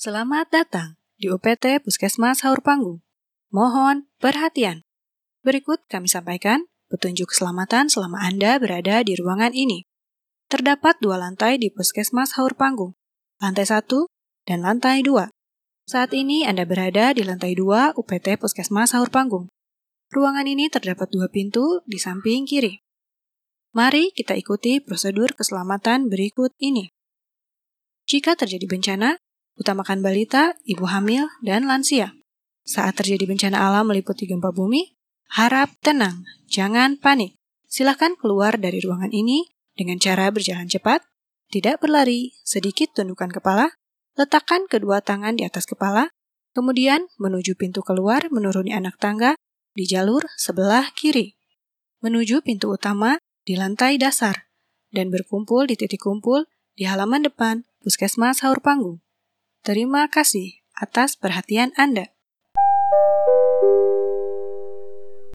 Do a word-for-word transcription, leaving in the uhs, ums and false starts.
Selamat datang di U P T Puskesmas Haur Panggung. Mohon perhatian. Berikut kami sampaikan petunjuk keselamatan selama Anda berada di ruangan ini. Terdapat dua lantai di Puskesmas Haur Panggung, lantai satu dan lantai dua. Saat ini Anda berada di lantai dua U P T Puskesmas Haur Panggung. Ruangan ini terdapat dua pintu di samping kiri. Mari kita ikuti prosedur keselamatan berikut ini. Jika terjadi bencana, utamakan balita, ibu hamil, dan lansia. Saat terjadi bencana alam meliputi gempa bumi, harap tenang, jangan panik. Silakan keluar dari ruangan ini dengan cara berjalan cepat, tidak berlari, sedikit tundukkan kepala, letakkan kedua tangan di atas kepala, kemudian menuju pintu keluar menuruni anak tangga di jalur sebelah kiri. Menuju pintu utama di lantai dasar, dan berkumpul di titik kumpul di halaman depan Puskesmas Haur Panggung. Terima kasih atas perhatian Anda.